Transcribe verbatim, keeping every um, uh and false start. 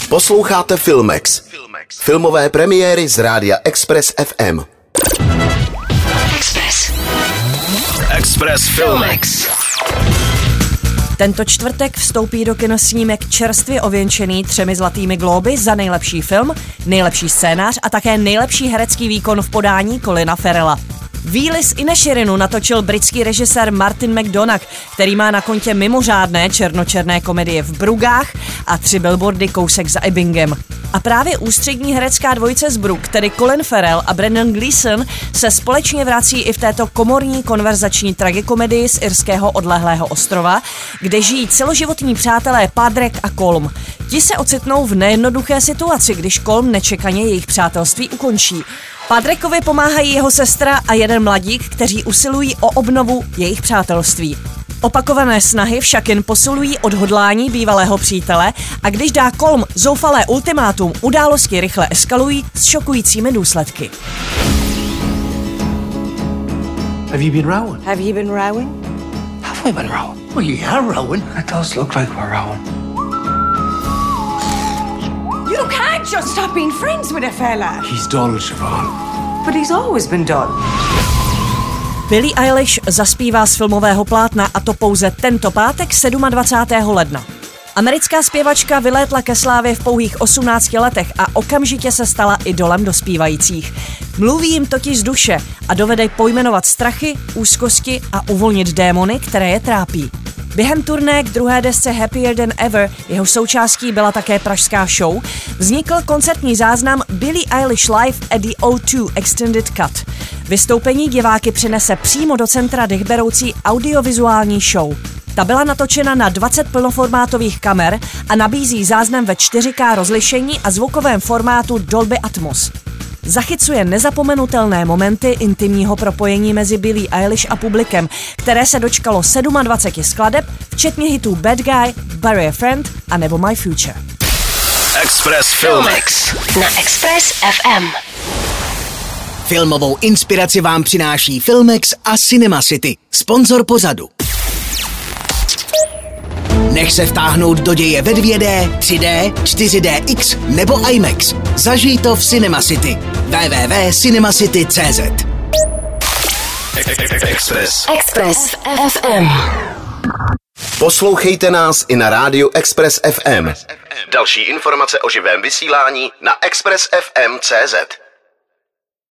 Posloucháte Filmex. Filmové premiéry z rádia Express F M. Express. Express Filmex. Tento čtvrtek vstoupí do kina snímek čerstvě ověnčený třemi zlatými glóby za nejlepší film, nejlepší scénář a také nejlepší herecký výkon v podání Colina Farrella. Víly z Ineširinu natočil britský režisér Martin McDonagh, který má na kontě mimořádné černočerné komedie v Brugách a tři billboardy kousek za Ebbingem. A právě ústřední herecká dvojice z Brug, tedy Colin Farrell a Brendan Gleeson, se společně vrací i v této komorní konverzační tragikomedii z irského odlehlého ostrova, kde žijí celoživotní přátelé Padraig a Colm. Ti se ocitnou v nejednoduché situaci, když Colm nečekaně jejich přátelství ukončí. Padraigovi pomáhají jeho sestra a jeden mladík, kteří usilují o obnovu jejich přátelství. Opakované snahy však jen posilují odhodlání bývalého přítele a když dá Colm zoufalé ultimátum, události rychle eskalují s šokujícími důsledky. Have you been rowing? Have you been rowing? Have we been rowing? Well, yeah, rowing. It does look like we're rowing. You can't just stop being friends with a fella. He's dull, Siobhan. But he's always been dull. Billie Eilish zaspívá z filmového plátna a to pouze tento pátek dvacátého sedmého ledna. Americká zpěvačka vylétla ke slávě v pouhých osmnácti letech a okamžitě se stala idolem dospívajících. Mluví jim totiž z duše a dovede pojmenovat strachy, úzkosti a uvolnit démony, které je trápí. Během turné k druhé desce Happier Than Ever, jeho součástí byla také pražská show, vznikl koncertní záznam Billie Eilish Live at the O dva Extended Cut. Vystoupení diváky přinese přímo do centra dechberoucí audiovizuální show. Ta byla natočena na dvacet plnoformátových kamer a nabízí záznam ve čtyři ká rozlišení a zvukovém formátu Dolby Atmos. Zachycuje nezapomenutelné momenty intimního propojení mezi Billie Eilish a publikem, které se dočkalo dvacet sedm skladeb, včetně hitů Bad Guy, Bury a Friend a nebo My Future. Express Filmex na Express F M. Filmovou inspiraci vám přináší Filmex a Cinema City, sponzor pořadu. Nech se vtáhnout do děje ve dvě dé, tři dé, čtyři dé X nebo IMAX. Zažij to v Cinema City. w w w tečka cinemacity tečka c z. Express. Express F M. Poslouchejte nás i na rádiu Express F M. Další informace o živém vysílání na express f m tečka c z.